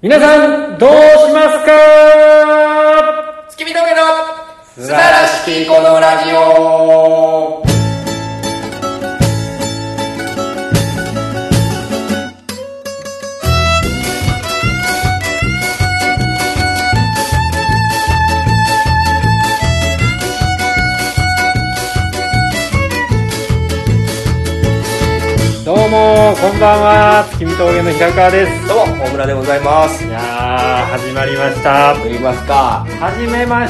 皆さんどうしますか？ 月見峠の素晴らしきこのラジオ。 どうもこんばんは、月見峠の平川です。 どうも大村でございます。 いやー始まりました。 見ますか。 始めま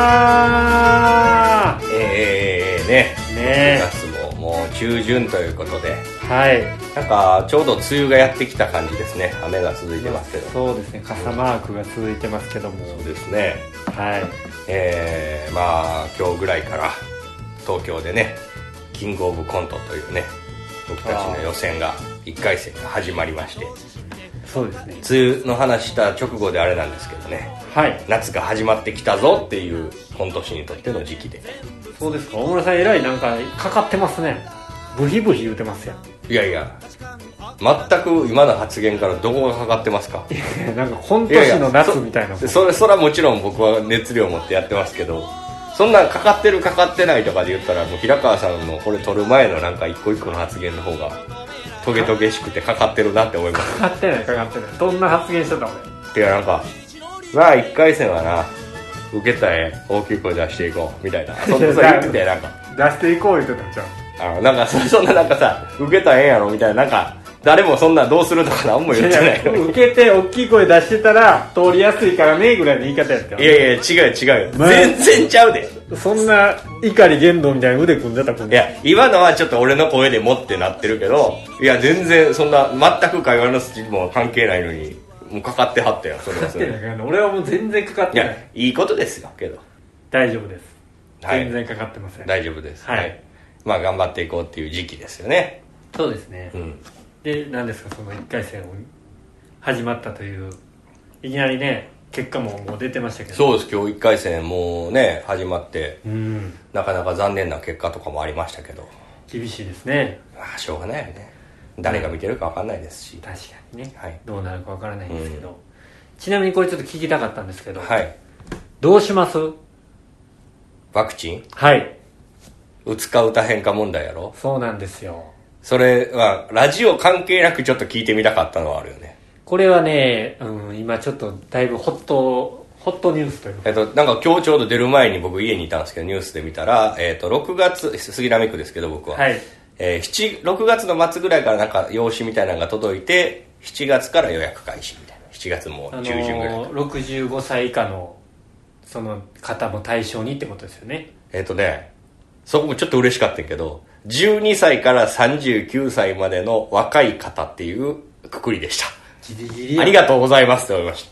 したねね 9月もう中旬ということで、 はい、 なんかちょうど梅雨がやってきた感じですね。雨が続いてますけど。 そうですね、傘マークが続いてますけども、 そうですね。 はい、 まあ今日ぐらいから東京でね、キングオブコントというね、僕たちの予選が1回戦が始まりまして、 そうですね、 梅雨の話した直後であれなんですけどね、 はい、 夏が始まってきたぞっていう今年にとっての時期で。 そうですか。大村さんえらいなんかかかってますね。ブヒブヒ言うてますやん。 いやいや、全く今の発言からどこがかかってますか？ なんか今年の夏みたいな。 それはもちろん僕は熱量を持ってやってますけど、そんなかかってるかかってないとかで言ったら、もう平川さんのこれ撮る前のなんか一個一個の発言の方がトゲトゲしくてかかってるなって思います。 かかってないかかってない。どんな発言してた俺。いやなんか、まあ1回戦はな、受けたら大きい声出していこうみたいな、そんな言ってて、なんか出していこう言ってたんちゃう。 なんかそんななんかさ、受けたらええんやろみたいな、なんか誰もそんなどうするとか何も言ってないのに。 受けて大きい声出してたら通りやすいからねぐらいの言い方やったよ。 いやいや違うよ、全然ちゃうで。 そんな怒り言動みたいな腕組んでた。 いや今のはちょっと俺の声でもってなってるけど、いや全然そんな全く会話の筋も関係ないのにもうかかってはったよ。それはそれかかってない。俺はもう全然かかってない。 いやいいことですよけど大丈夫です、 はい、 全然かかってません。 大丈夫です、 はい、 まあ頑張っていこうっていう時期ですよね。 そうですね、 うん、 で何ですか、その1回戦を始まったという、いきなりね結果ももう出てましたけど。 そうです、今日1回戦もうね始まって、 うん、 なかなか残念な結果とかもありましたけど、 厳しいですね。 しょうがないよね、誰が見てるか分かんないですし、 確かにね、 はい、 どうなるか分からないんですけど、ちなみにこれちょっと聞きたかったんですけど、 はい、 どうします？ ワクチン？ はい、 打つか打たへんか問題やろ。 そうなんですよ。 それはラジオ関係なくちょっと聞いてみたかったのはあるよね。 これはね、今ちょっとだいぶホットニュースというか、 なんか今日ちょうど出る前に僕家にいたんですけど、ニュースで見たら、6月杉並区ですけど僕は、はい、6月の末ぐらいからなんか用紙みたいなのが届いて、7月から予約開始みたいな、7月も中旬ぐらい、 65歳以下のその方も対象にってことですよね。 そこもちょっと嬉しかったけど、12歳から39歳までの若い方っていうくくりでした。 ギリギリありがとうございますって思いました。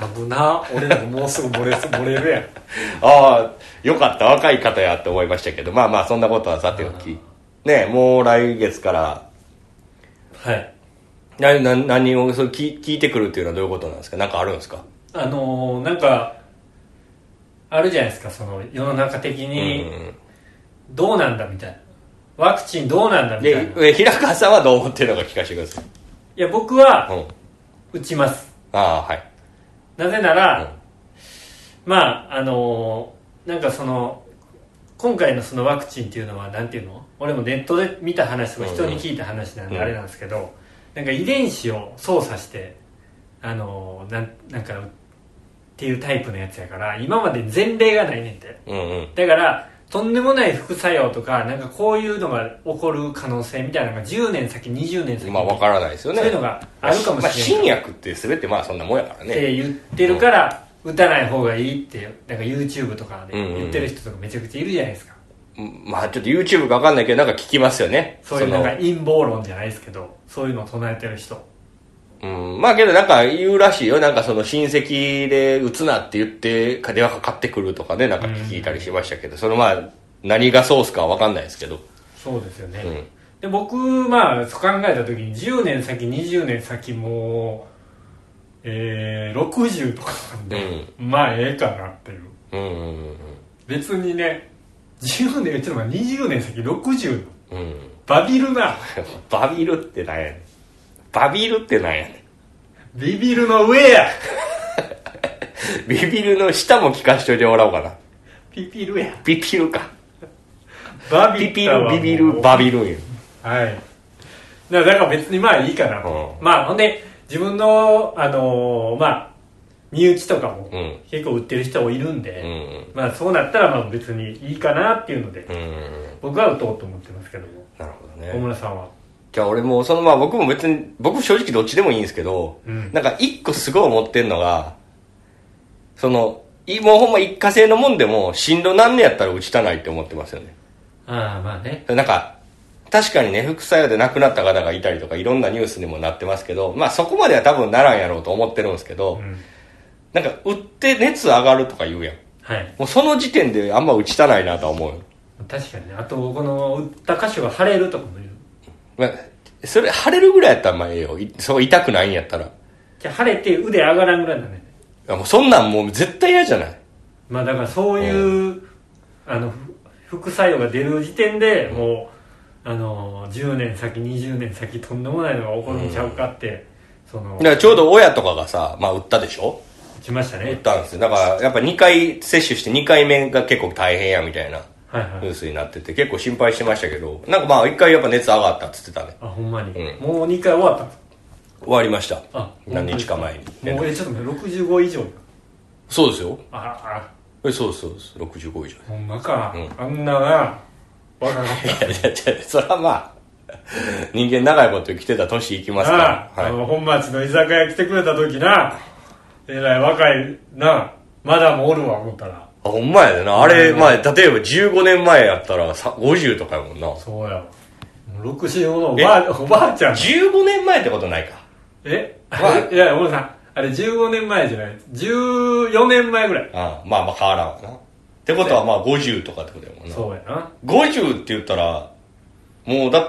危な、俺らももうすぐ漏れるやん。 ああよかった、若い方やって思いましたけど、まあまあそんなことはさておきね、もう来月からはい何をそう聞いてくるっていうのはどういうことなんですか？なんかあるんですか？ なんかあるじゃないですか、その世の中的にどうなんだみたいな、ワクチンどうなんだみたいな。 で平川さんはどう思ってるのか聞かせてください。 いや僕は打ちます。 ああ、はい。 なぜなら、まあなんかその今回のそのワクチンっていうのはなんていうの、俺もネットで見た話とか人に聞いた話なんであれなんですけど、なんか遺伝子を操作してなんかっていうタイプのやつやから、今まで前例がないねんて、だからとんでもない副作用とか、なんかこういうのが起こる可能性みたいなのが10年先20年先まあ分からないですよね。 そういうのがあるかもしれない、 新薬って全てまあそんなもんやからねって言ってるから、打たない方がいいってなんか YouTube とかで言ってる人とかめちゃくちゃいるじゃないですか。 まあちょっと YouTube か分かんないけど、なんか聞きますよね。 そういうなんか陰謀論じゃないですけど、そういうのを唱えてる人、 まあけどなんか言うらしいよ。なんかその親戚で打つなって言って電話かかってくるとかね、なんか聞いたりしましたけど、そのまあ何がソースかは分かんないですけど。 そうですよね、で僕まあそう考えた時に10年先20年先も60とかなんで、まあええかなっていう、別にね10年ちょっと待って20年先60の、バビるな。 バビるってなんやねん。バビるってなんやねん。 ビビるの上やビビるの下も聞かしといてもらおうかな。 ピピルや。 ビビるか。 バビピピル、ビビる、バビるんよ。 はい。だから別にまあいいかなと。まあほんで、自分の、まあ、身内とかも結構売ってる人もいるんで、まあそうなったらまあ別にいいかなっていうので、僕は打とうと思ってますけども。 なるほどね。 小村さんは。 じゃあ俺もまあ僕も別に、僕正直どっちでもいいんですけど、なんか一個すごい思ってんのが、もうほんま一過性のもんでも、しんどなんねやったら打ちたないって思ってますよね。 ああ、まあね。 なんか、確かにね、副作用で亡くなった方がいたりとか、いろんなニュースにもなってますけど、まあそこまでは多分ならんやろうと思ってるんですけど、なんか、打って熱上がるとか言うやん。 はい。 もうその時点であんま打ちたないなとは思うよ。 確かにね。あと、この、打った箇所が腫れるとかも言う。 まあ、それ、腫れるぐらいやったらまあええよ。そう痛くないんやったら。 じゃあ腫れて腕上がらんぐらいだね。 もうそんなんもう絶対嫌じゃない。 まあだからそういう、副作用が出る時点でもう、10年先、20年先、とんでもないのが起こるんちゃうかって、 だからちょうど親とかがさ、まあ打ったでしょ？ 打ちましたね。 打ったんですよ。だからやっぱ2回接種して2回目が結構大変やみたいなニュースになってて、結構心配してましたけど、なんかまあ1回やっぱ熱上がったっつってたね。 あ、ほんまに。もう2回終わったんですか？ 終わりました。 あ、 何日か前に。 もうちょっと待って、65以上。 そうですよ。そうです、65以上。 ほんまか。あんなな、若かった。 いや、それはまあ、人間長いこと生きてた年いきますから。 本町の居酒屋来てくれた時な、えらい若いな、まだもおるわ思ったら。 ほんまやでな。あれ、まあ、例えば15年前やったら50とかやもんな。 そうや。65のおばあちゃん。 15年前ってことないか。 いや、小野さん。あれ15年前じゃない。14年前ぐらい。 まあ変わらんわな。ってことはまあ50とかってことやもんな。 そうやな。 50って言ったら、もうだって、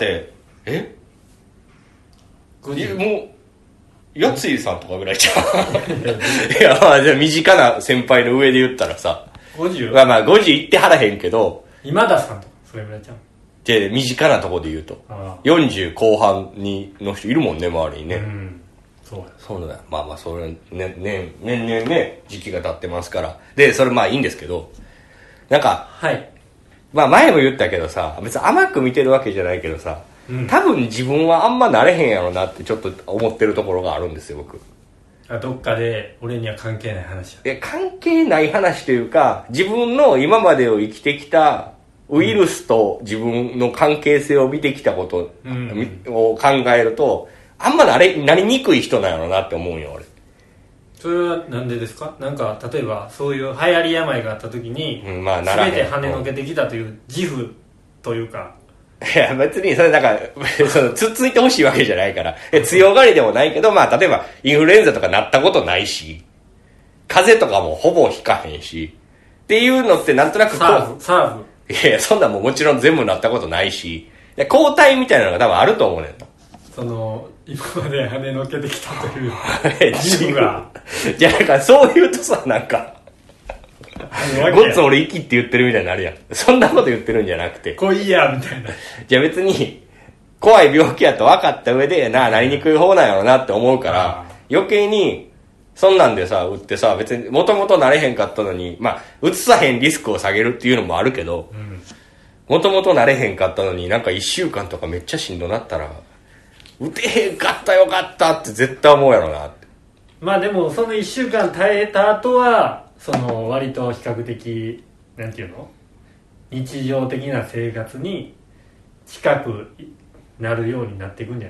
50 もう、やついさんとかぐらいちゃう。いや、まあじゃあ身近な先輩の上で言ったらさ、 50? まあ50いってはらへんけど、 今田さんとか、それぐらいちゃう。 で、身近なとこで言うと、40後半の人いるもんね、周りにね。そうだよ。まあそれ年々ね、時期が経ってますから。で、それまあいいんですけど、なんか、まあ前も言ったけどさ、別に甘く見てるわけじゃないけどさ、多分自分はあんまなれへんやろなってちょっと思ってるところがあるんですよ、僕。 どっかで俺には関係ない話や。関係ない話というか、自分の今までを生きてきたウイルスと自分の関係性を見てきたことを考えると、あんまなりにくい人なんやろなって思うよ、俺。 それはなんでですか？なんか例えばそういう流行り病があった時に、全て跳ねのけてきたという自負というか。 いや別にそれなんかつっついてほしいわけじゃないから、強がりでもないけど、まあ例えばインフルエンザとかなったことないし、風邪とかもほぼひかへんしっていうのってなんとなくサーフいやそんなもちろん全部なったことないし、抗体みたいなのが多分あると思うねんな。 今まで跳ねのけてきたという自負がじゃあなんかそう言うとさ、なんかごっつ俺息って言ってるみたいになるやん。そんなこと言ってるんじゃなくて、 来いやみたいな。 じゃあ別に怖い病気やと分かった上でなりにくい方なんやろなって思うから、余計にそんなんでさ打ってさ、別にもともとなれへんかったのに、まあ打つさへんリスクを下げるっていうのもあるけど、もともとなれへんかったのになんか1週間とかめっちゃしんどなったら、打てへんかったよかったって絶対思うやろなって。 まあでもその1週間耐えた後は割と比較的なんていうの、日常的な生活に近くなるようになっていくんじゃない？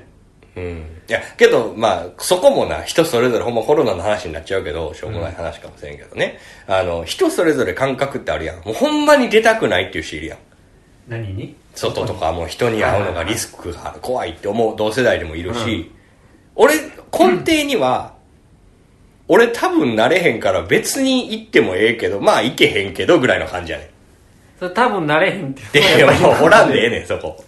いやけどまあそこもな、人それぞれ、ほんまコロナの話になっちゃうけどしょうもない話かもしれんけどね、人それぞれ感覚ってあるやん。もうほんまに出たくないっていう人いるやん。 何に？ 外とかもう人に会うのがリスクがある、怖いって思う同世代でもいるし、俺根底には、俺多分なれへんから別に行ってもええけど、まあ行けへんけどぐらいの感じやねん。 それ多分なれへんってでもうおらんでええねんそこ。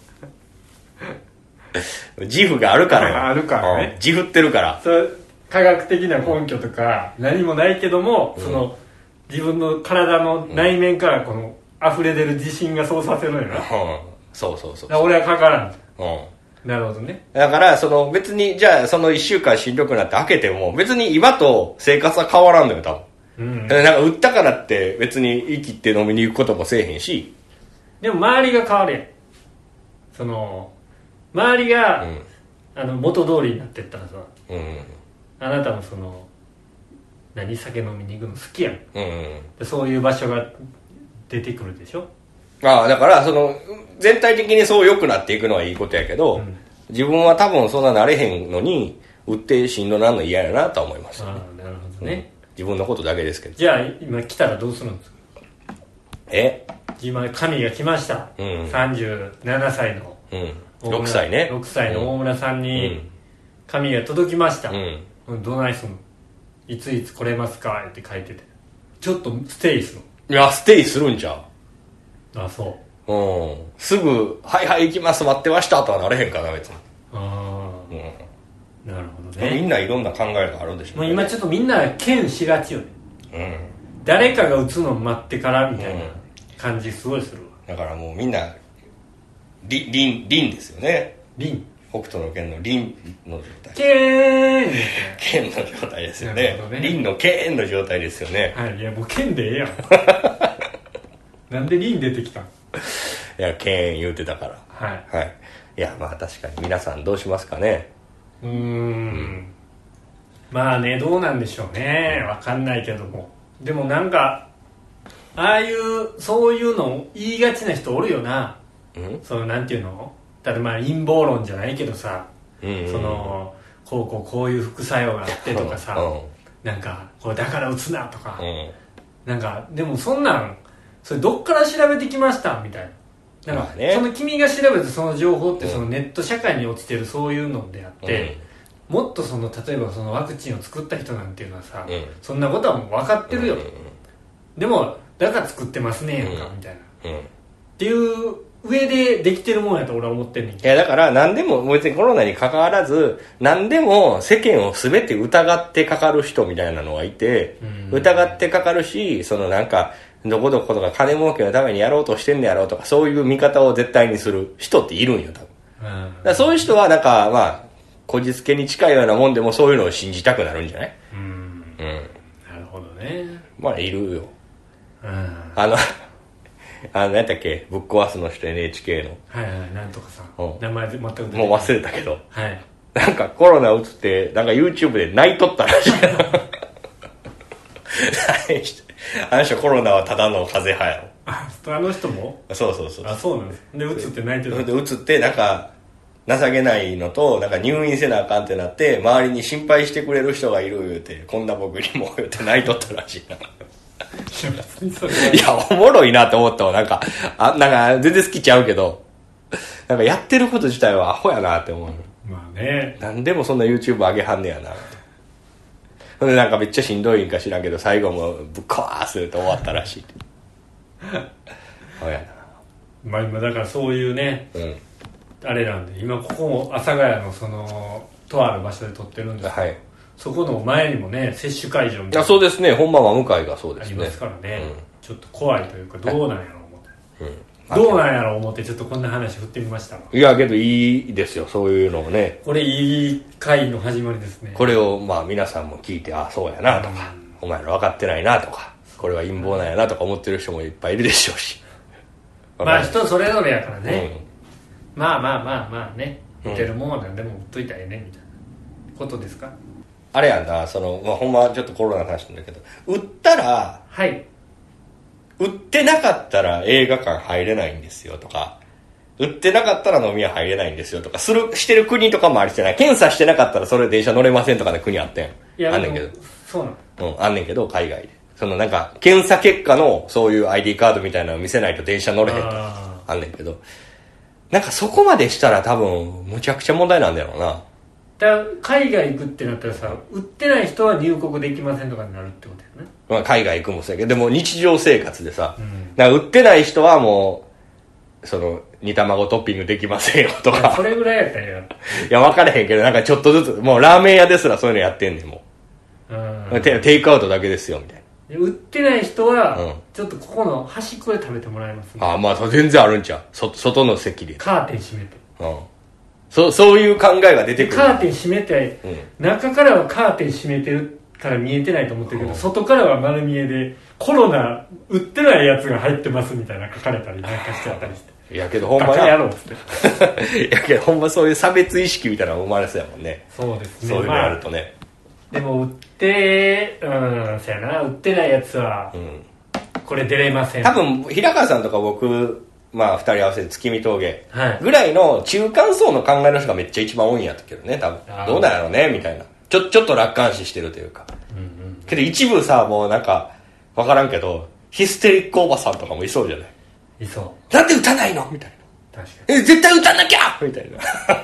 自負があるからよ。 あるからね。 自負ってるから。 それ科学的な根拠とか何もないけども、自分の体の内面からこの溢れ出る自信がそうさせるのよな。 そう。 俺はかからん。 なるほどね。 だから別にじゃあその1週間しんどくなって開けても別に今と生活は変わらんのよ多分、なんか売ったからって別に生きて飲みに行くこともせえへんし。 でも周りが変わるやん。周りが、元通りになってったらさ、あなたも酒飲みに行くの好きやん、でそういう場所が出てくるでしょ。 だから全体的にそう良くなっていくのはいいことやけど、自分は多分そんななれへんのに売ってしんどなんの嫌やなとは思いますよね。 なるほどね、 自分のことだけですけど。 じゃあ今来たらどうするんですか。今神が来ました、37歳の、 6歳ね、 6歳の大村さんに神が届きました、どないすんの。いついつ来れますかって書いてて、ちょっとステイする。 いやステイするんちゃう。 そうすぐはいはい行きます待ってましたとはなれへんかな別に。 なるほどね。 みんないろんな考えがあるんでしょうね。 もう今ちょっとみんな剣しがちよね、誰かが打つの待ってからみたいな感じすごいするわ。 だからもうみんな凛ですよね。 凛、 北斗の拳の凛の状態、 剣の状態ですよね。凛の剣の状態ですよね。 いやもう剣でええやんなんで凛出てきたん。 いや剣言うてたからはい、いやまあ確かに皆さんどうしますかね。 まあね、どうなんでしょうね、分かんないけども。でもなんかそういうのを言いがちな人おるよな。なんていうの、だって陰謀論じゃないけどさ、こういう副作用があってとかさ、なんかこれだから打つなとか、なんかでもそれどっから調べてきましたみたいな。なんか君が調べたその情報ってネット社会に落ちてるそういうのであって、もっと例えばワクチンを作った人なんていうのはさ、そんなことはもう分かってるよ、でもだから作ってますねやんかみたいな、っていう上でできてるもんやと俺は思ってんねんけど。 いやだから何でも別にコロナに関わらず何でも世間を全て疑ってかかる人みたいなのがいて、疑ってかかるし、なんかどこどことか金儲けのためにやろうとしてんねやろうとか、そういう見方を絶対にする人っているんよ多分。だからそういう人はなんかまあこじつけに近いようなもんでもそういうのを信じたくなるんじゃない。 なるほどね。 まあいるよ。何やったっけ、ぶっ壊すの人 NHK のなんとかさん、名前全く出てもう忘れたけど、なんかコロナうつってなんか YouTube で泣いとったらしいあの人コロナはただの風邪派やろ。 あの人もそうなんですでうつって泣いてる。 でうつってなんか情けないのと、なんか入院せなあかんってなって周りに心配してくれる人がいる言うて、こんな僕にも言うて泣いとったらしいな。いやおもろいなって思ったわ。なんか全然好きちゃうけど、なんかやってること自体はアホやなって思う。 まあね、 なんでもそんな YouTube 上げはんねやな。ほんでなんかめっちゃしんどいんか知らんけど最後もぶっ壊すって終わったらしい。そうやな。 まあ今だからそういうね、あれなんで、今ここも阿佐ヶ谷のとある場所で撮ってるんですけど、そこの前にもね接種会場みたいな。 そうですね、本番は向かいがそうですね。 ありますからね、ちょっと怖いというか、どうなんやろう思って、どうなんやろう思ってちょっとこんな話振ってみました。 いやけどいいですよ、そういうのもね。 これいい回の始まりですね。 これをまあ皆さんも聞いて、あそうやなとか、お前ら分かってないなとか、これは陰謀なんやなとか思ってる人もいっぱいいるでしょうし。 まあ人それぞれやからね、まあね、打てるもんは何でも打っといたらええねみたいなことですか。 あれやんな、ほんまちょっとコロナの話なんだけど、打ったら、打ってなかったら映画館入れないんですよとか、打ってなかったら飲み屋入れないんですよとかしてる国とかもありしてない。検査してなかったらそれ電車乗れませんとかの国あってん。 いやあんねんけど。 そうなの。 あんねんけど海外で。なんか検査結果のそういう ID カードみたいなのを見せないと電車乗れへんとかあんねんけど、なんかそこまでしたら多分むちゃくちゃ問題なんだろうな。 だ海外行くってなったらさ、売ってない人は入国できませんとかになるってことやね。 まあ海外行くもそうやけど、でも日常生活でさ、なんか売ってない人はもう煮卵トッピングできませんよとか。 それぐらいやったらやる。 いや分からへんけど、なんかちょっとずつ、もうラーメン屋ですらそういうのやってんねんもう。テイクアウトだけですよみたいな。 売ってない人は、ちょっとここの端っこで食べてもらいますね。 まあ全然あるんちゃう。外の席でカーテン閉めて。 そういう考えが出てくる。 カーテン閉めて、中からはカーテン閉めてるから見えてないと思ってるけど、外からは丸見えでコロナ売ってないやつが入ってますみたいな書かれたりなんかしてあったりして、 いやけどほんまバカ野郎っつっていやけどほんまそういう差別意識みたいなのが生まれそうやもんね。 そうですね。 そういうのやるとね、 でも売ってそうやな、売ってないやつは、これ出れません。 多分平川さんとか僕まあ2人合わせて月見峠ぐらいの中間層の考えの人がめっちゃ一番多いんやったけどね、多分どうなんやろうねみたいな、ちょっと楽観視してるというか、けど一部さ、もうなんか分からんけどヒステリックおばさんとかもいそうじゃない。 いそう。 なんで打たないのみたいな。 確かに。 絶対打たなきゃみたいな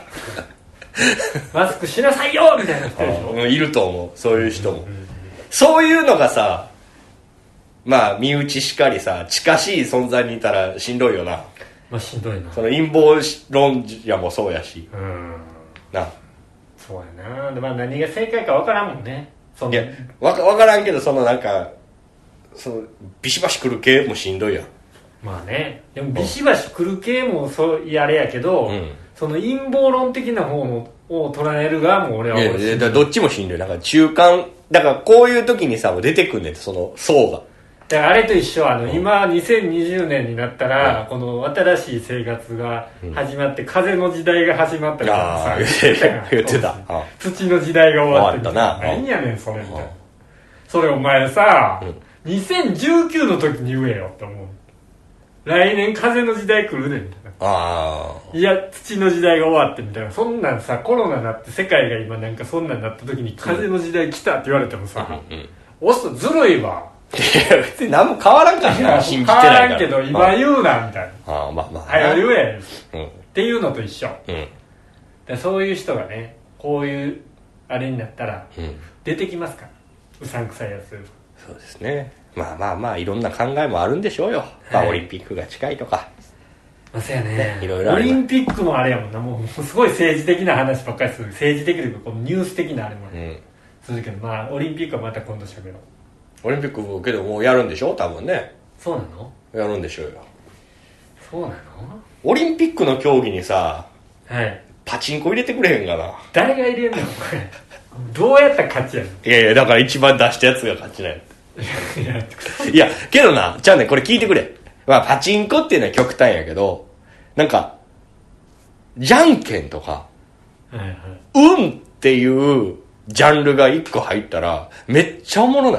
マスクしなさいよみたいな人でしょ。 いると思う、そういう人も。そういうのがさ、まあ身内しかりさ、近しい存在にいたらしんどいよな。 まあしんどいな。 その陰謀論者もそうやし、な。 そうやな。でまあ何が正解か分からんもんね。 いや分からんけど、そのなんかそのビシバシ来る系もしんどいやん。 まあね。でもビシバシ来る系もそうやれやけど、その陰謀論的な方を捉える側も俺は俺しんどい。どっちもしんどい。なんか中間だからこういう時にさ出てくんねん、その層が。 だからあれと一緒、今2020年になったら、この新しい生活が始まって、風の時代が始まったりとかさ、 言ってた。 土の時代が終わって終わったな。 何やねんそれみたいな。それお前さ、2019の時に言えよって思う。来年風の時代来るねんみたいな。いや土の時代が終わってみたいな。そんなんさ、コロナになって世界が今なんかそんなんなった時に風の時代来たって言われてもさ、ずるいわ。 いや別に何も変わらんからな、信じてないから。 変わらんけど今言うなみたいな。 まあ早言え、っていうのと一緒。でそういう人がね、こういうあれになったら出てきますから、うさんくさいやつ。 そうですね。まあいろんな考えもあるんでしょうよ。オリンピックが近いとか。 そうやね。 いろいろオリンピックもあれやもんな、もうすごい政治的な話ばっかりする。政治的というかこのニュース的なあれもするけど、まあオリンピックはまた今度しゃべろう。 オリンピックけどもうやるんでしょ多分ね。 そうなの？ やるんでしょうよ。 そうなの？ オリンピックの競技にさ、 はいパチンコ入れてくれへんかな。 誰が入れんのお前。どうやったら勝ちやねん。 いやだから一番出したやつが勝ちなんや。いやけどな、じゃあねこれ聞いてくれ。まあパチンコっていうのは極端やけど、なんかじゃんけんとか、運っていうジャンルが1個入ったらめっちゃおもろない？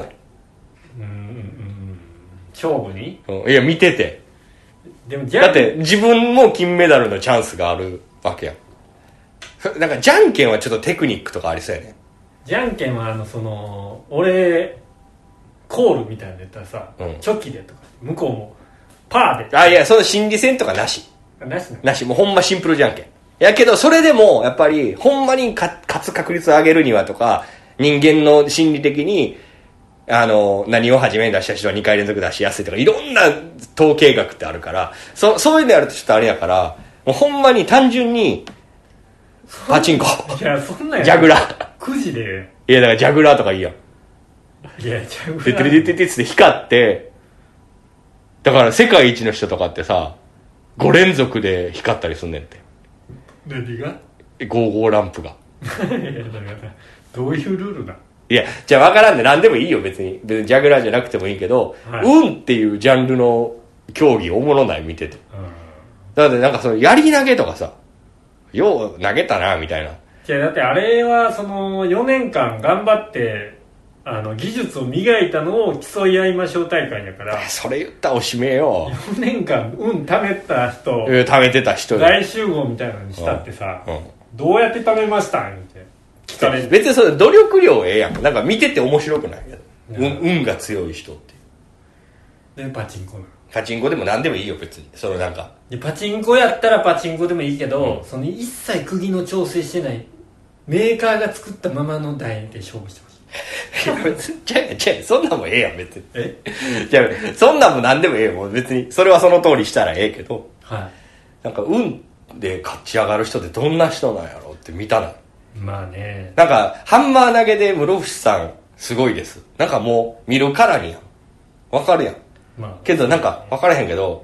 勝負に？ いや見てて。でもだって自分も金メダルのチャンスがあるわけやん。なんかじゃんけんはちょっとテクニックとかありそうやね。 じゃんけんはその俺コールみたいなのやったらさ、チョキでとか向こうもパーで。 いやその心理戦とかなし。なしもうほんまシンプルじゃんけん。やけどそれでもやっぱりほんまに勝つ確率を上げるにはとか、人間の心理的に何を初めに出した人は2回連続出しやすいとか、いろんな統計学ってあるから、そういうのやるとちょっとあれやから、もうほんまに単純にパチンコ、 いやそんなんやジャグラ 9時で、 いやだからジャグラーとかいいやん。 いやジャグラーでって光って、だから世界一の人とかってさ5連続で光ったりすんねんって。 何が 55ランプが。 どういうルールだ。 いやじゃあ分からんね、何でもいいよ別にジャグラーじゃなくてもいいけど、運っていうジャンルの競技おもろない見てて。だってなんかそのやり投げとかさ、よう投げたなみたいな。 いやだってあれはその4年間頑張って技術を磨いたのを競い合いましょう大会やから。 それ言ったらおしめよ。 4年間貯めた人、 貯めてた人大集合みたいなのにしたってさ、どうやって貯めましたんって聞かれる。 別にそれ努力量ええやん。なんか見てて面白くない？運が強い人ってでパチンコなの。 パチンコでも何でもいいよ別に。そのなんかでパチンコやったらパチンコでもいいけど、その一切釘の調整してないメーカーが作ったままの台で勝負してほしい。 じゃあそんなんもええやん別に。じゃあそんなんも何でもええよもう別に。それはその通りしたらええけど、なんか運で勝ち上がる人ってどんな人なんやろうって見たら、 まあね、 なんかハンマー投げで室伏さんすごいです、なんかもう見るからにやん分かるやん、けどなんか分からへんけど、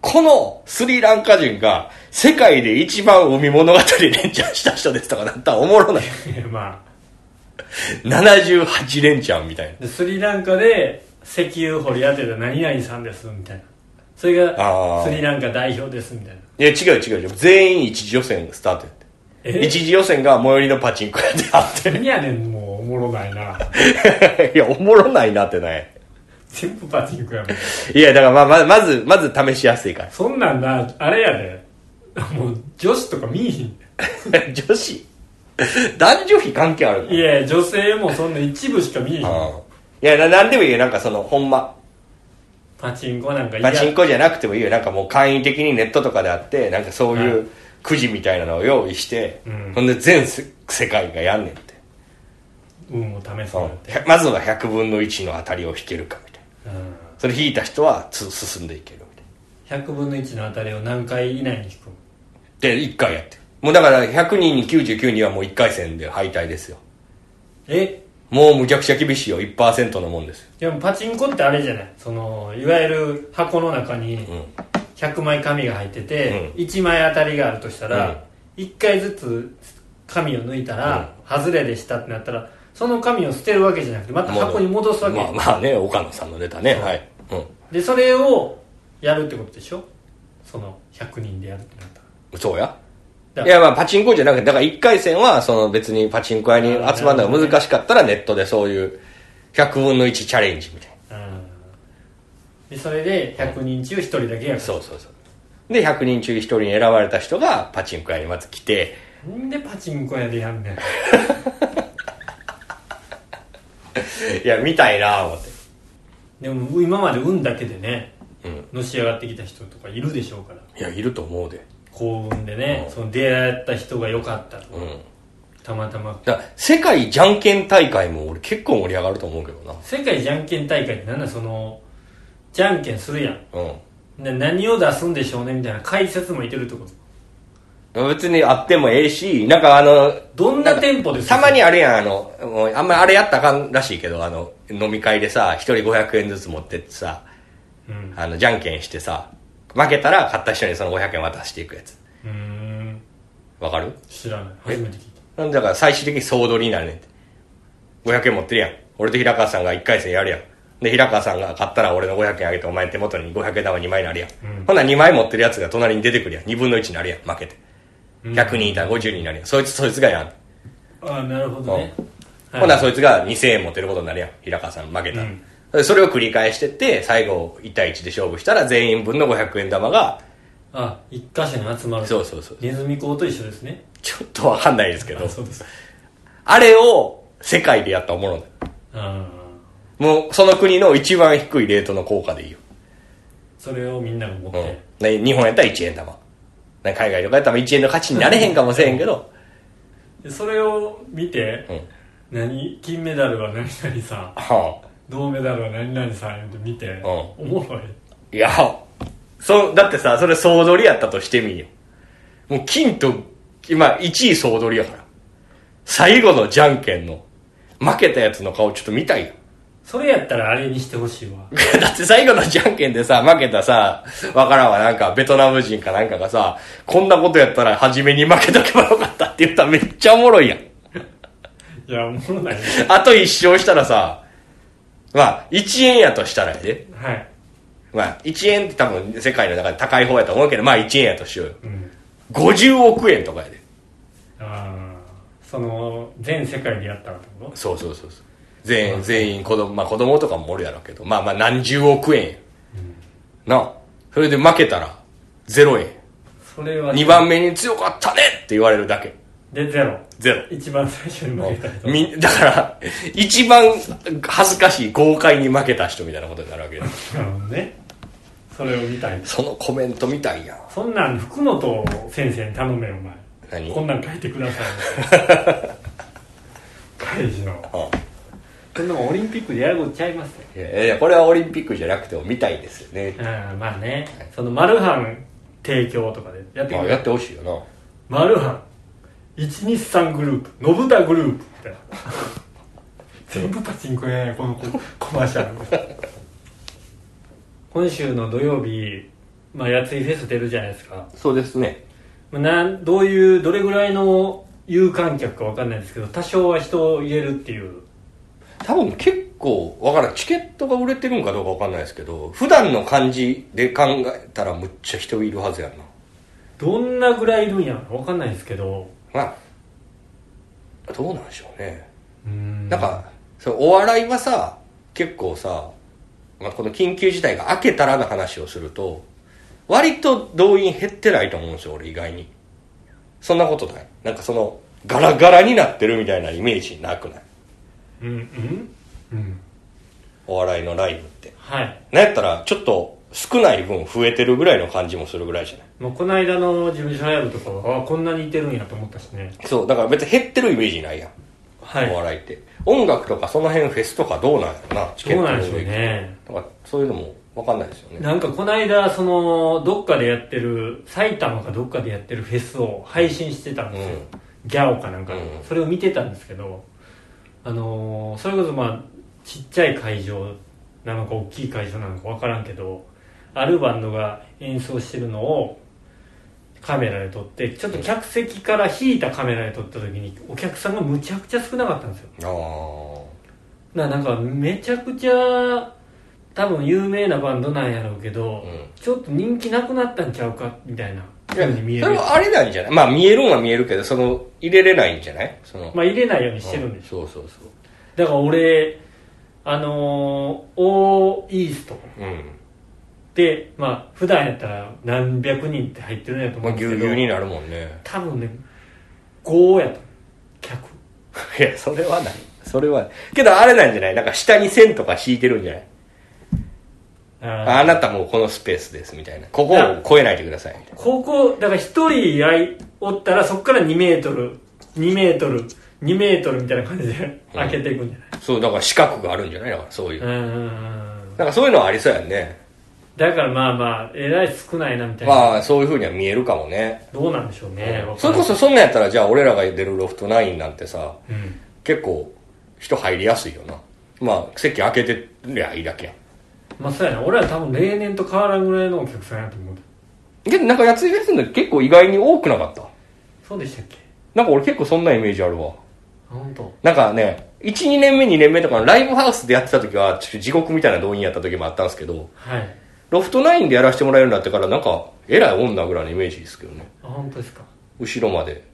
このスリランカ人が世界で一番海物語連チャンした人ですとかなったらおもろないまあ 78連チャンみたいなでスリランカで石油掘り当てた何々さんですみたいなそれがスリランカ代表ですみたいな。 いや違う全員一次予選スタートやって一次予選が最寄りのパチンコ屋であって何やねんもうおもろないないやおもろないなってない全部パチンコやもんいやだからまず試しやすいからそんなんなあれやでもう女子とか見いひん女子男女比関係あるかいや女性もそんな一部しか見いひんいやなんでもいいよなんかそのほんまパチンコなんかパチンコじゃなくてもいいよなんかもう簡易的にネットとかであってなんかそういうくじみたいなのを用意して、ほんで全世界がやんねんって運を試すのって、 まずは100分の1の当たりを引けるかみたいな、それ引いた人は進んでいけるみたいな100分の1の当たりを何回以内に引くで1回やってもうだから100人に99人はもう1回戦で敗退ですよもうむちゃくちゃ厳しいよ 1% のもんですよでもパチンコってあれじゃないそのいわゆる箱の中に100枚紙が入ってて、1枚当たりがあるとしたら、1回ずつ紙を抜いたら、外れでしたってなったらその紙を捨てるわけじゃなくてまた箱に戻すわけまあね岡野さんのネタねはい、 でそれをやるってことでしょその100人でやるってなったらそうやいやまあパチンコじゃなくてだから1回戦はその別にパチンコ屋に集まるのが難しかったらネットでそういう100分の1チャレンジみたいな、 でそれで100人中1人だけやるそうで100人中1人に選ばれた人がパチンコ屋にまず来てなんでパチンコ屋でやんねんいや見たいな思ってでも今まで運だけでね、のし上がってきた人とかいるでしょうからいやいると思うで幸運でね、その出会った人が良かったとか、たまたまだ世界じゃんけん大会も俺結構盛り上がると思うけどな世界じゃんけん大会ってなんだそのじゃんけんするやん、で何を出すんでしょうねみたいな解説もいてるってこと別にあってもええしなんかどんなテンポですかたまにあれやんもうあんまりあれやったらあかんらしいけど飲み会でさ1人500円ずつ持ってってさ、じゃんけんしてさ負けたら買った人にその500円渡していくやつわかる知らない初めて聞いたなんだから最終的に総取りになるねんって500円持ってるやん俺と平川さんが1回戦やるやんで平川さんが買ったら俺の500円あげてお前手元に500円玉2枚になるやん、ほんなら2枚持ってるやつが隣に出てくるやん2分の1になるやん負けて100人いたら50人になるやんそいつがやんああなるほどね、 ほんならそいつが2000円持ってることになるやん平川さん負けたら、それを繰り返してって最後1対1で勝負したら全員分の500円玉が一箇所に集まるそうネズミ講と一緒ですねちょっとわかんないですけどそうです。 あれを世界でやったらおもろいもうその国の一番低いレートの効果でいいよそれをみんなが持って、 日本やったら1円玉海外とかやったら1円の価値になれへんかもしれへんけどそれを見て、金メダルは何々さん、銅メダルは何々さんって見て、おもろいいやだってさそれ総取りやったとしてみよもう金と今1位総取りやから最後のじゃんけんの負けたやつの顔ちょっと見たいよそれやったらあれにしてほしいわだって最後のじゃんけんでさ負けたさわからんわなんかベトナム人かなんかがさこんなことやったら初めに負けとけばよかったって言ったらめっちゃおもろいやんいやおもろないねあと1勝したらさまあ1円やとしたらやでまあ1円って多分世界の中で高い方やと思うけどまあ1円やとしようよ、50億円とかやでその全世界でやったらってこと？ そう全員子供とかもおるやろうけどまあ何十億円、なそれで負けたら0円それは 2番目に強かったねって言われるだけでゼロ 0 一番最初に負けた人だから一番恥ずかしい豪快に負けた人みたいなことになるわけだなるほどねそれを見たいそのコメント見たいやんそんなん福本先生に頼めよお前こんなん書いてください会議のそんなもんオリンピックでやることちゃいますよいやこれはオリンピックじゃなくても見たいですよねまあね、そのマルハン提供とかでやってくれやってほしいよなマルハン123グループ信太グループみたいな全部パチンコやこのコマーシャル今週の土曜日まあやついフェス出るじゃないですか。 そうですね。 どれぐらいの有観客か分かんないですけど、多少は人を入れるっていう。 多分結構分からん、チケットが売れてるんかどうか分かんないですけど、普段の感じで考えたらむっちゃ人いるはずやんな。 どんなぐらいいるんやろ分かんないですけど、 まあどうなんでしょうね。なんかお笑いはさ、結構さ、まあ、この緊急事態が明けたらの話をすると割と動員減ってないと思うんですよ、俺。意外にそんなことない。なんかそのガラガラになってるみたいなイメージなくない？お笑いのライブって、 はい、 なんやったらちょっと少ない分増えてるぐらいの感じもするぐらいじゃない？ もうこの間の事務所ライブとかはこんなにいてるんやと思ったしね。 そうだから別に減ってるイメージないやん、はい、お笑いって。音楽とかその辺フェスとかどうなんやろな、チケットのどうなんでしょうね。 だからそういうのも分かんないですよね。 なんかこの間どっかでやってる、埼玉かどっかでやってるフェスを配信してたんですよ、ギャオかなんか、それを見てたんですけど、それこそまあちっちゃい会場なのか大きい会場なのか分からんけど、あるバンドが演奏してるのをカメラで撮って、ちょっと客席から引いたカメラで撮った時にお客さんがむちゃくちゃ少なかったんですよ。なんかめちゃくちゃ多分有名なバンドなんやろうけど、ちょっと人気なくなったんちゃうかみたいな風に見える。 それはあれなんじゃない？まあ見えるんは見えるけど、入れれないんじゃない？ まあ入れないようにしてるんでしょ。 そうだから俺オーイースト、でまあ普段やったら何百人って入ってるんやと思うんですけど、 ぎゅうぎゅうになるもんね。 多分ね5やと客いやそれはない。それはけどあれなんじゃない？なんか下に線とか敷いてるんじゃない？あなたもうこのスペースですみたいな、ここを超えないでくださいみたいな。 ここだから一人おったらそこから2メートルみたいな感じで開けていくんじゃない？ そうだから四角があるんじゃない？だからそういうなんかそういうのはありそうやんね。 だからまあえらい少ないなみたいな。 まあそういう風には見えるかもね。 どうなんでしょうね、 それこそそんなんやったらじゃあ俺らが出るロフト9なんてさ、結構人入りやすいよな。まあ席開けてりゃいいだけやん。 まあそうやな、俺は多分例年と変わらんぐらいのお客さんやと思うけどなんかやついフェスの結構意外に多くなかった？ そうでしたっけ？ なんか俺結構そんなイメージあるわ。 本当？ なんかね 1,2 年目2年目とかのライブハウスでやってた時はちょっと地獄みたいな動員やった時もあったんですけど、 はい、 ロフト9でやらせてもらえるようになってからなんかえらい女ぐらいのイメージですけどね。 あ、本当ですか？ 後ろまで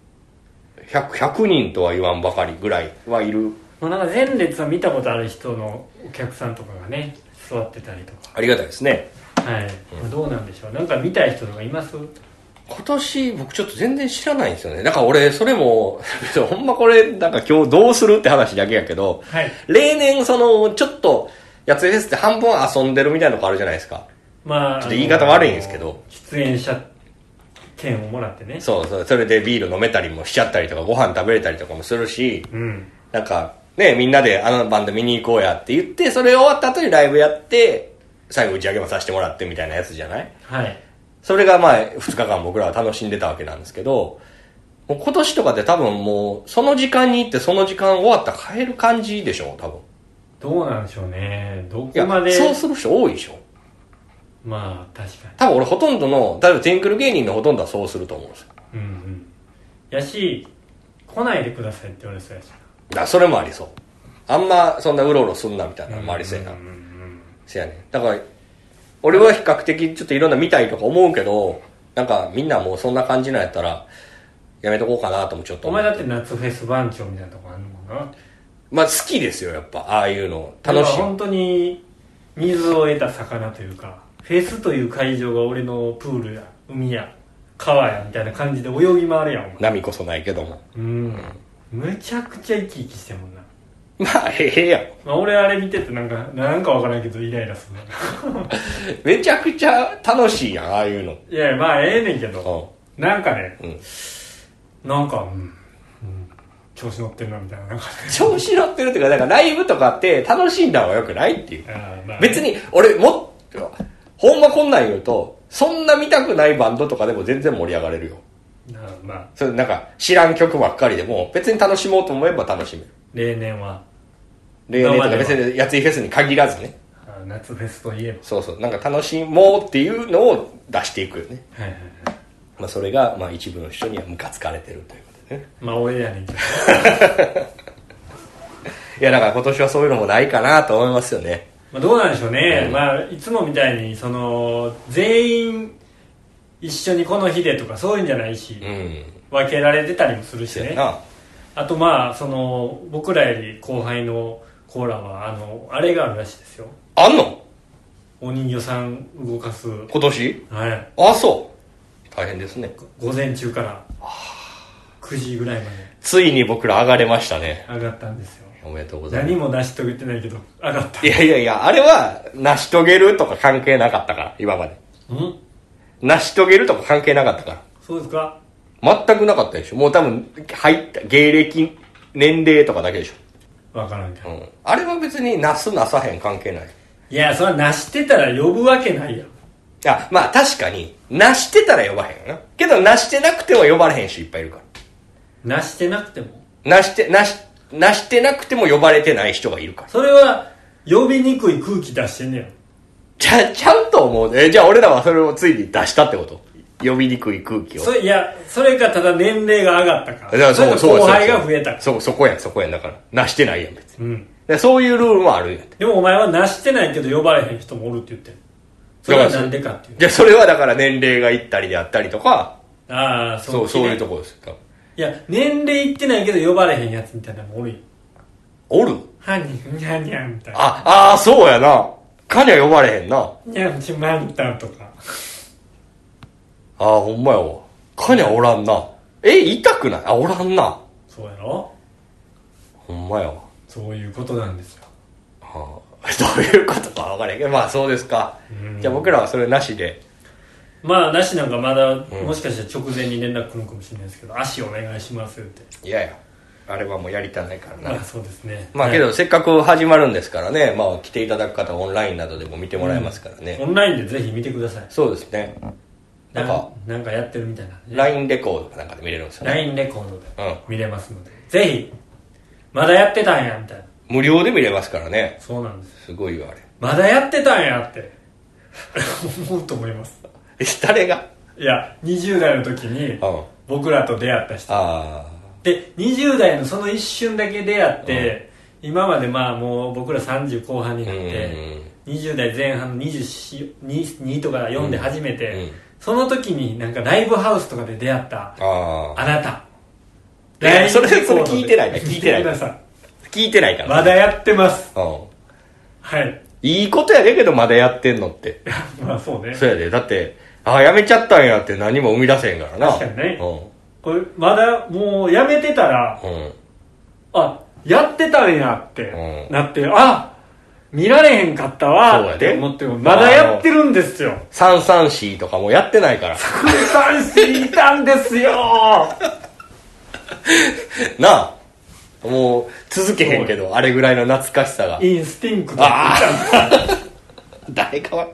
100人とは言わんばかりぐらいはいる。 なんか前列は見たことある人のお客さんとかがね座ってたりとか。 ありがたいですね。 はい、どうなんでしょう。なんか見たい人とかいます？ 今年僕ちょっと全然知らないんですよね。だから俺それもほんまこれなんか今日どうするって話だけやけど、 はい、 例年ちょっとやついフェスって半分遊んでるみたいなとこあるじゃないですか。まあちょっと言い方悪いんですけど、 出演者券をもらってね。 そうそれでビール飲めたりもしちゃったりとかご飯食べれたりとかもするし、なんかね、みんなであのバンド見に行こうやって言って、それ終わった後にライブやって最後打ち上げもさせてもらってみたいなやつじゃない？はい。それがまあ2日間僕らは楽しんでたわけなんですけど、もう今年とかって多分もうその時間に行ってその時間終わったら帰る感じでしょ多分。どうなんでしょうね。どこまで。 そうする人多いでしょ。 まあ確かに。 多分俺ほとんどの例えばテンクル芸人のほとんどはそうすると思うんですよ。 やし来ないでくださいって言われそうやし。 それもありそう。あんまそんなうろうろすんなみたいなのもありそうやな。せやね。だから俺は比較的ちょっといろんな見たいとか思うけど、なんかみんなもうそんな感じなんやったらやめとこうかなともちょっと思って。 お前だって夏フェス番長みたいなとこあるのかな。 まあ好きですよやっぱああいうの楽しい。 本当に水を得た魚というか、フェスという会場が俺のプールや海や川やみたいな感じで泳ぎ回るやん。 波こそないけども。 むちゃくちゃ生き生きしてるもんな。 まあへへやん。 まあ、俺あれ見ててなんかわからんけどイライラするな。 めちゃくちゃ楽しいやんああいうの。 いやまあええねんけど、なんかね、なんか調子乗ってるなみたいな、なんか、ね、 調子乗ってるっていうか、なんかライブとかって楽しんだ方がよくないっていう。別に俺もほんまこんなん言うとそんな見たくないバンドとかでも全然盛り上がれるよ。まあそれなんか知らん曲ばっかりでも別に楽しもうと思えば楽しめる。例年とか別にやついフェスに限らずね。 夏フェスといえばそうそう、なんか楽しもうっていうのを出していくよね。 はいはいはい。 まあそれがまあ一部の人にはムカつかれてるということでね。 まあ俺やねんけどいやだから今年はそういうのもないかなと思いますよね。 まあどうなんでしょうね、まあいつもみたいにその全員一緒にこの日でとかそういうんじゃないし、分けられてたりもするしね。あとまあその僕らより後輩のコーラはあれがあるらしいですよ。 あんの？ お人形さん動かす今年？ はい。 あ、そう大変ですね。 午前中から9時ぐらいまでついに僕ら上がれましたね。 上がったんですよ。 おめでとうございます。 何も成し遂げてないけど上がった。 いやいやいや、あれは成し遂げるとか関係なかったから今まで。成し遂げるとか関係なかったから。 そうですか？ 全くなかったでしょ。もう多分入った芸歴年齢とかだけでしょ。分からんけど、 あれは別になすなさへん関係ない。 いやそれはなしてたら呼ぶわけないやん。 いやまあ確かになしてたら呼ばへんよな。けどなしてなくても呼ばれへん人いっぱいいるから。 なしてなくてもなしてなくても呼ばれてない人がいるから。 それは呼びにくい空気出してんねや。 ちゃうと思う。じゃあ俺らはそれをついに出したってこと？呼びにくい空気を。 いやそれかただ年齢が上がったから。 だからそう後輩が増えたから。 そこやんだからなしてないやん別に。そういうルールもあるやん。 でもお前はなしてないけど呼ばれへん人もおるって言ってる。それはなんでかっていう。 じゃあそれはだから年齢がいったりであったりとか。 ああそういうところですよ。 いや年齢いってないけど呼ばれへんやつみたいなのもおるよ。 おる？ はににゃにゃみたいな。 ああそうやな。かには呼ばれへんな。 にゃんちまんたとか。 ああほんまやわ。かにはおらんな。痛くない？おらんな。 そうやろ？ ほんまやわ。 そういうことなんですよ。 どういうことか分からへんけど、まあそうですか。じゃあ僕らはそれなしで。 まあなしなんかまだ、もしかしたら直前に連絡来るかもしれないですけど、足お願いしますって。 いやいやあれはもうやりたないからな。 まあそうですね。 まあけどせっかく始まるんですからね、まあ来ていただく方はオンラインなどでも見てもらえますからね。 オンラインでぜひ見てください。 そうですね。 なんかやってるみたいな、ね、 LINE レコードかなんかで見れるんですよね。 LINE レコードで見れますので、ぜひまだやってたんやみたいな。 無料で見れますからね。 そうなんです。 すごいよあれ。 まだやってたんやって思うと思います。 誰が？ いや20代の時に僕らと出会った人で、20代のその一瞬だけ出会って、今までまあもう僕ら30後半になって、20代前半の22とか読んで初めて、その時になんかライブハウスとかで出会ったあなた、 それ聞いてないね。聞いてない聞いてないから。 まだやってます。はい。 いいことやでけどまだやってんのってまあそうね。 そうやで。だってやめちゃったんやって何も生み出せんからな。 確かにね。これまだもうやめてたら、やってたんやって、なって、見られへんかったわって思っても、まだやってるんですよ。 334とかもやってないから。 334いたんですよなあもう続けへんけど、あれぐらいの懐かしさが。 インスティンクトって言ったんだ。 誰かわかんない。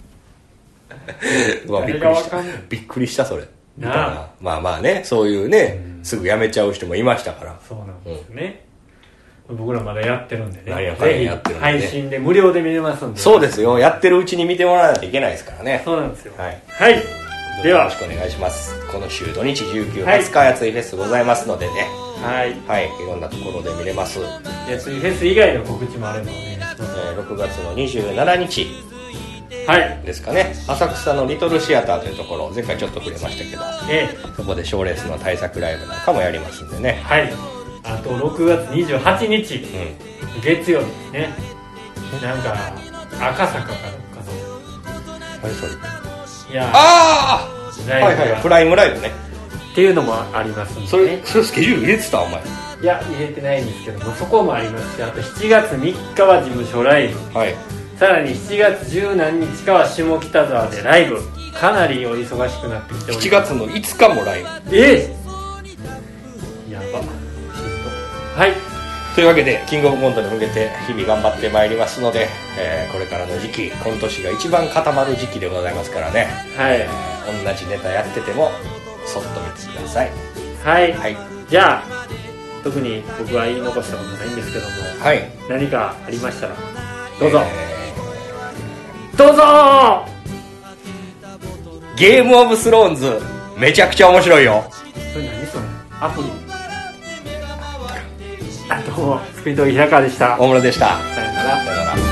びっくりしたそれ。まあまあね、そういうね、すぐ辞めちゃう人もいましたから。 そうなんですね。僕らまだやってるんでね。 ぜひ配信で無料で見れますんで。 そうですよ。やってるうちに見てもらわないといけないですからね。 そうなんですよ。 はい。 ではよろしくお願いします。この週土日19、20日やついフェスございますのでね。はい。いろんなところで見れます。 やついフェス以外の告知もあればお願いします。 6月の27日。ですかね。浅草のリトルシアターというところ、前回ちょっと触れましたけど、そこで賞レースの対策ライブなんかもやりますんでね。 あと6月28日、月曜日ですね。なんか赤坂かどっかの何それ。 いやプライムライブねっていうのもありますんで、ね、 それスケジュール入れてたお前。 いや入れてないんですけども、そこもありますし、あと7月3日は事務所ライブ、さらに7月10何日かは下北沢でライブ。かなりお忙しくなってきております。 7月の5日もライブ。 やば。 というわけでキングオブコントに向けて日々頑張ってまいりますので、これからの時期、今年が一番固まる時期でございますからね。同じネタやっててもそっと見てください。じゃあ特に僕は言い残したことないんですけども、何かありましたらどうぞ。 どうぞ。 ゲームオブスローンズめちゃくちゃ面白いよ。 それ何それアプリ。どうもスピード平川でした。 大村でした。 さよなら。 さよなら。